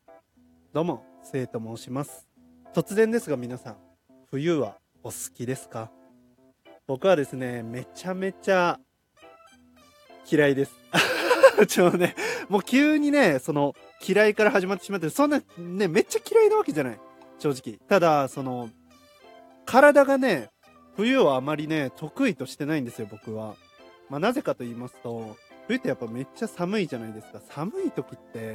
どうも、せいと申します。突然ですが皆さん、冬はお好きですか？僕はですね、めちゃめちゃ嫌いです。もう急にね、嫌いから始まってしまって、そんなね、めっちゃ嫌いなわけじゃない。正直。ただ、体がね、冬をあまりね、得意としてないんですよ、僕は。なぜかと言いますと、冬ってやっぱめっちゃ寒いじゃないですか。寒い時って、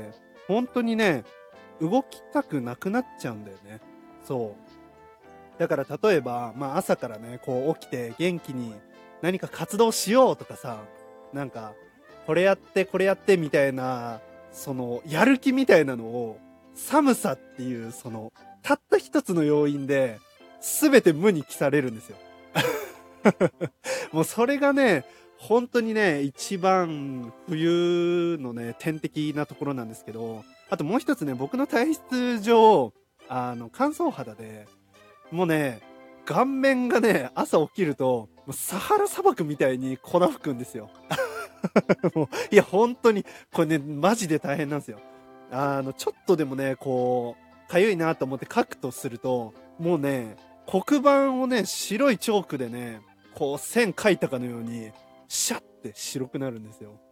本当にね、動きたくなくなっちゃうんだよね。そう。だから例えば、朝からね、こう起きて元気に何か活動しようとかさ、なんか、これやってこれやってみたいな、やる気みたいなのを、寒さっていう、たった一つの要因で、すべて無に帰されるんですよ。もうそれがね、本当にね、一番冬のね、天敵なところなんですけど、あともう一つね、僕の体質上、乾燥肌で、もうね、顔面がね、朝起きると、もうサハラ砂漠みたいに粉吹くんですよ。もう、いや、本当に、これね、マジで大変なんですよ。ちょっとでもね、こう、かゆいなと思って書くとすると、もうね、黒板をね、白いチョークでね、こう、線描いたかのように、シャッて白くなるんですよ。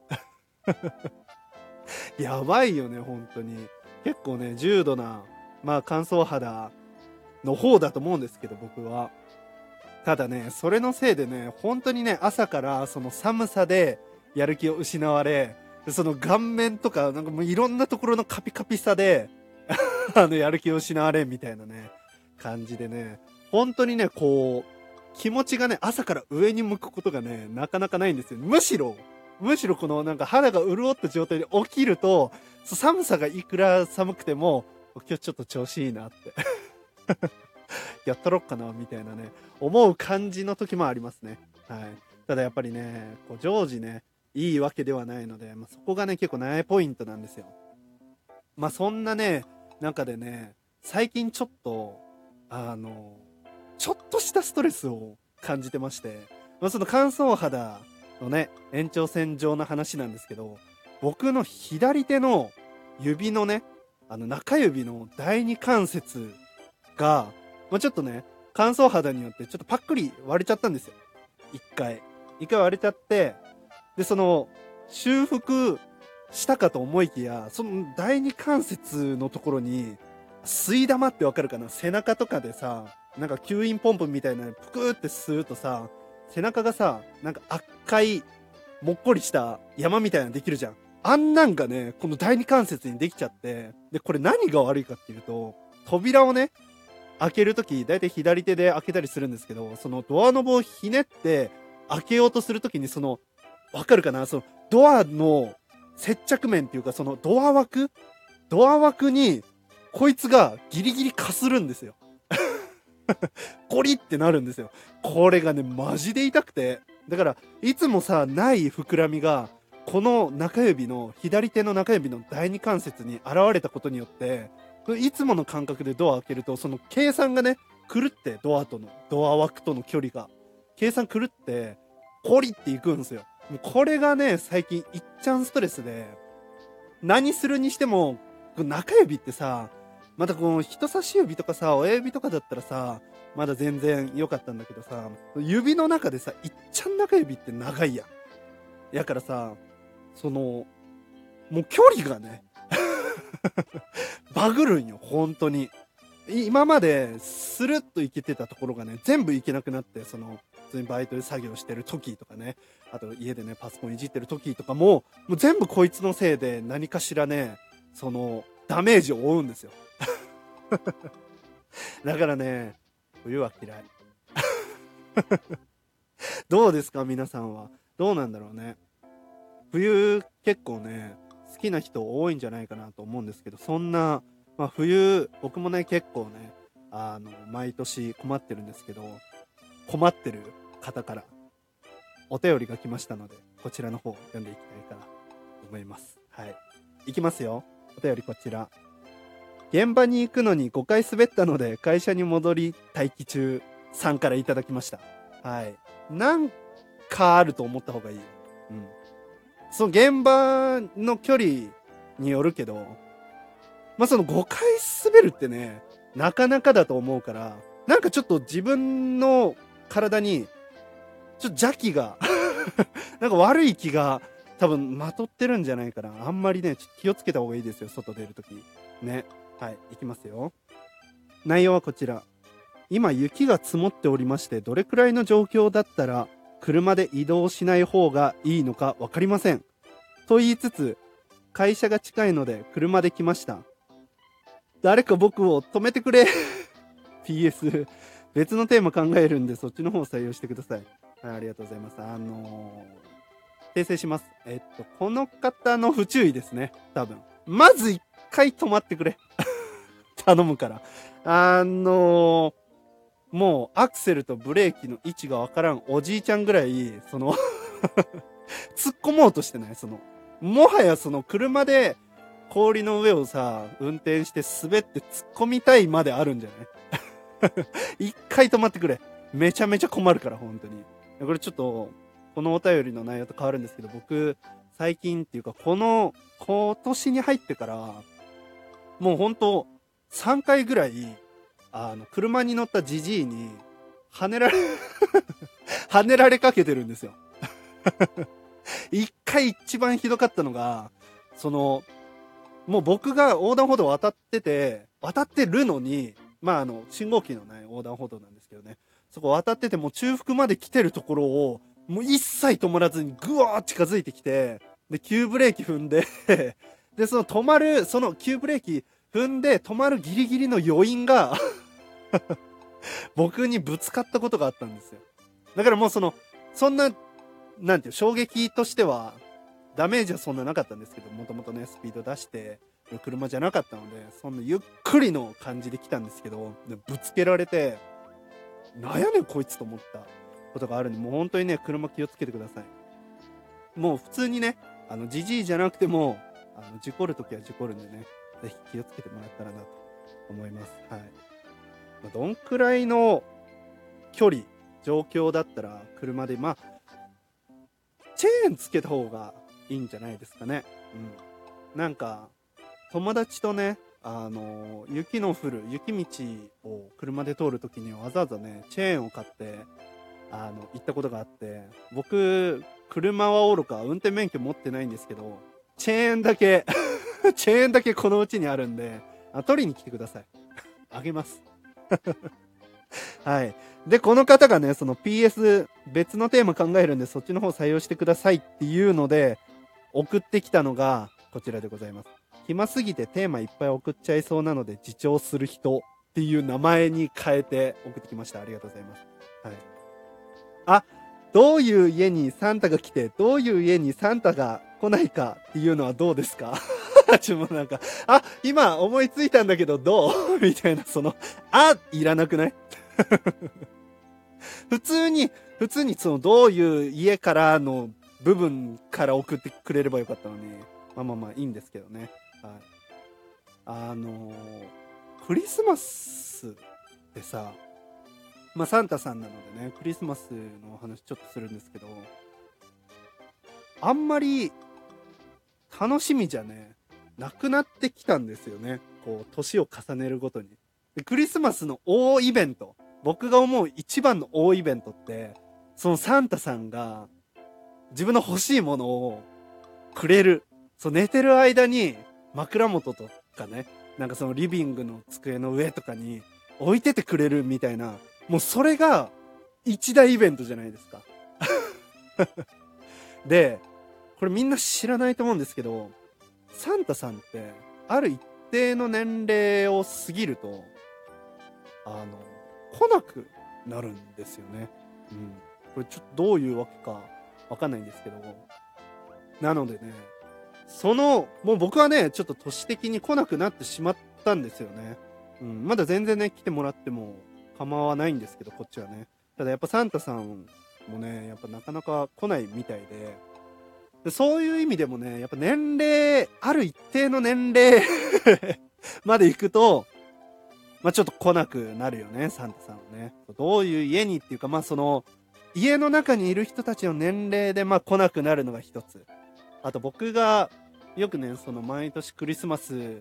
やばいよね、本当に。結構ね、重度な、乾燥肌の方だと思うんですけど、僕は。ただね、それのせいでね、本当にね、朝からその寒さでやる気を失われ、その顔面とか、なんかもういろんなところのカピカピさで、やる気を失われみたいなね、感じでね、本当にね、こう、気持ちがね、朝から上に向くことがね、なかなかないんですよ。むしろこのなんか肌が潤った状態で起きると、寒さがいくら寒くても、今日ちょっと調子いいなってやったろっかな、みたいなね、思う感じの時もありますね。はい。ただやっぱりね、こう常時ね、いいわけではないので、そこがね、結構悩みポイントなんですよ。そんなね、中でね、最近ちょっと、あの、ちょっとしたストレスを感じてまして、その乾燥肌のね、延長線上の話なんですけど、僕の左手の指のね、中指の第二関節が、ちょっとね、乾燥肌によってちょっとパックリ割れちゃったんですよ。一回。一回割れちゃって、で、修復したかと思いきや、その第二関節のところに、吸い玉ってわかるかな？背中とかでさ、なんか吸引ポンプみたいなのぷくーって吸うとさ、背中がさ、なんか赤い、もっこりした山みたいなのできるじゃん。あんなんがね、この第二関節にできちゃって、で、これ何が悪いかっていうと、扉をね、開けるとき、だいたい左手で開けたりするんですけど、そのドアノブをひねって開けようとするときに、わかるかな？ドアの接着面っていうか、ドア枠に、こいつがギリギリかするんですよ。ゴリってなるんですよ。これがね、マジで痛くて。だから、いつもさ、ない膨らみが、この左手の中指の第二関節に現れたことによって、いつもの感覚でドア開けると、その計算がね、狂って、ドア枠との距離が。計算狂って、ゴリっていくんですよ。もうこれがね、最近いっちゃんストレスで、何するにしても、中指ってさ、またこの人差し指とかさ、親指とかだったらさ、まだ全然良かったんだけどさ、指の中でさ、いっちゃん中指って長いやん。やからさ、もう距離がね、バグるんよ、本当に。今まで、スルッと行けてたところがね、全部行けなくなって、普通にバイトで作業してる時とかね、あと家でね、パソコンいじってる時とかもう全部こいつのせいで何かしらね、ダメージを負うんですよ。だからね、冬は嫌い。どうですか皆さんは。どうなんだろうね。冬結構ね、好きな人多いんじゃないかなと思うんですけど、そんな、冬、僕もね、結構ね、毎年困ってるんですけど、困ってる方からお便りが来ましたので、こちらの方読んでいきたいかなと思います。はい。いきますよ。お便りこちら。現場に行くのに5回滑ったので会社に戻り待機中さんからいただきました。はい。なんかあると思った方がいいよ。うん。その現場の距離によるけど、 まあその5回滑るってね、なかなかだと思うから、なんかちょっと自分の体に、ちょっと邪気が、なんか悪い気が多分まとってるんじゃないかな。あんまりね、ちょっと気をつけた方がいいですよ、外出るとき。ね。はい、いきますよ。内容はこちら。今雪が積もっておりまして、どれくらいの状況だったら車で移動しない方がいいのか分かりません。と言いつつ、会社が近いので車で来ました。誰か僕を止めてくれ。PS、別のテーマ考えるんでそっちの方を採用してください。はい、ありがとうございます。訂正します。この方の不注意ですね。多分。まず一回止まってくれ。頼むから。もうアクセルとブレーキの位置がわからんおじいちゃんぐらい、突っ込もうとしてない。もはや車で氷の上をさ、運転して滑って突っ込みたいまであるんじゃない一回止まってくれ。めちゃめちゃ困るから、本当に。これちょっと、このお便りの内容と変わるんですけど、僕、最近っていうか、今年に入ってから、もう本当3回ぐらい、車に乗ったジジイに、跳ねられかけてるんですよ。一回一番ひどかったのが、もう僕が横断歩道を渡ってるのに、信号機のない横断歩道なんですけどね。そこ渡っててもう中腹まで来てるところを、もう一切止まらずにぐわー近づいてきて、で、急ブレーキ踏んでで、急ブレーキ踏んで止まるギリギリの余韻が僕にぶつかったことがあったんですよ。だからもうそんな、なんていう、衝撃としては、ダメージはそんななかったんですけど、もともとね、スピード出してる車じゃなかったので、そんなゆっくりの感じで来たんですけど、ぶつけられて、なんやねんこいつと思ったことがあるんで、もう本当にね、車気をつけてください。もう普通にね、じじいじゃなくても、事故るときは事故るんでね、ぜひ気をつけてもらったらなと思います。はい。どんくらいの距離、状況だったら車で、チェーンつけた方がいいんじゃないですかね。うん。なんか、友達とね、雪の降る雪道を車で通るときにわざわざね、チェーンを買って、行ったことがあって、僕、車はおろか運転免許持ってないんですけど、チェーンだけチェーンだけこのうちにあるんで、取りに来てください。あげます。はい。で、この方がね、PS 別のテーマ考えるんでそっちの方採用してくださいっていうので、送ってきたのがこちらでございます。暇すぎてテーマいっぱい送っちゃいそうなので自重する人っていう名前に変えて送ってきました。ありがとうございます。はい。あ、どういう家にサンタが来て、どういう家にサンタが来ないかっていうのはどうですかちょっとなんか、今思いついたんだけどどうみたいな、いらなくない普通にどういう家からの部分から送ってくれればよかったのに、いいんですけどね。はい。クリスマスってさ、サンタさんなのでね、クリスマスの話ちょっとするんですけど、あんまり楽しみじゃね、なくなってきたんですよね。年を重ねるごとに。で、クリスマスの大イベント、僕が思う一番の大イベントって、サンタさんが自分の欲しいものをくれる。寝てる間に枕元とかね、なんかリビングの机の上とかに置いててくれるみたいな、もうそれが一大イベントじゃないですか。で、これみんな知らないと思うんですけど、サンタさんってある一定の年齢を過ぎると、来なくなるんですよね。うん。これちょっとどういうわけかわかんないんですけど、なのでね、もう僕はね、ちょっと年的に来なくなってしまったんですよね。うん。まだ全然ね、来てもらっても構わないんですけど、こっちはね。ただやっぱサンタさんもね、やっぱなかなか来ないみたいで、そういう意味でもね、やっぱある一定の年齢まで行くと、ちょっと来なくなるよね、サンタさんはね。どういう家にっていうか、家の中にいる人たちの年齢で、来なくなるのが一つ。あと僕が、よくね、毎年クリスマス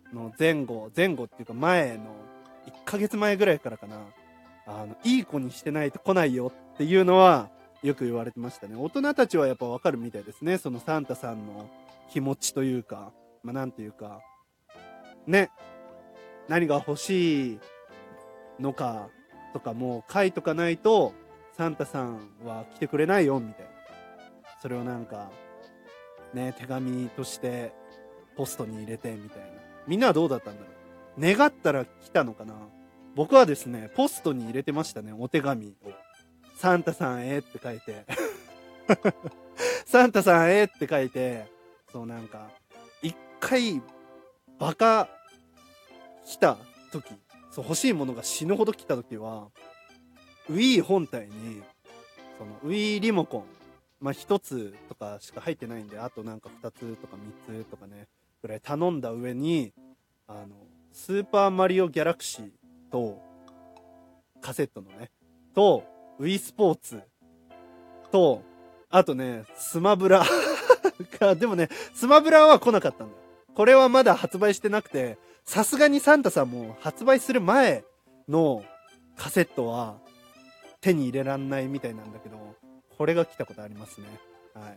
の前後っていうか前の1ヶ月前ぐらいからかな、いい子にしてないと来ないよっていうのはよく言われてましたね。大人たちはやっぱわかるみたいですね。そのサンタさんの気持ちというか、なんていうか、ね、何が欲しいのかとかも書いとかないと、サンタさんは来てくれないよみたいな。それをなんか、ね、手紙としてポストに入れてみたいな。みんなはどうだったんだろう。願ったら来たのかな。僕はですね、ポストに入れてましたね、お手紙を。サンタさんへって書いて。サンタさんへって書いて、そうなんか、一回、バカ来た時、そう欲しいものが死ぬほど来た時は、Wii 本体に、その Wii リモコン、一つとかしか入ってないんで、あとなんか二つとか三つとかね、ぐらい頼んだ上に、スーパーマリオギャラクシーと、カセットのね、と、Wii スポーツと、あとね、スマブラでもね、スマブラは来なかったんだよ。これはまだ発売してなくて、さすがにサンタさんも発売する前のカセットは手に入れらんないみたいなんだけど、これが来たことありますね。はい。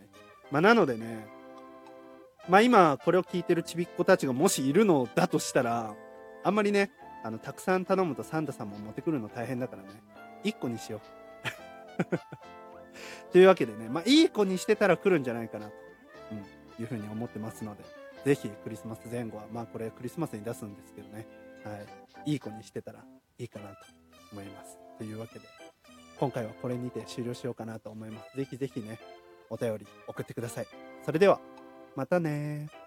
なのでね、今これを聞いてるちびっ子たちがもしいるのだとしたら、あんまりね、たくさん頼むとサンタさんも持ってくるの大変だからね、1個にしよう。というわけでね、いい子にしてたら来るんじゃないかなと、いうふうに思ってますので、ぜひクリスマス前後は、これクリスマスに出すんですけどね、はい、いい子にしてたらいいかなと思います。というわけで、今回はこれにて終了しようかなと思います。ぜひぜひね、お便り送ってください。それでは、またね。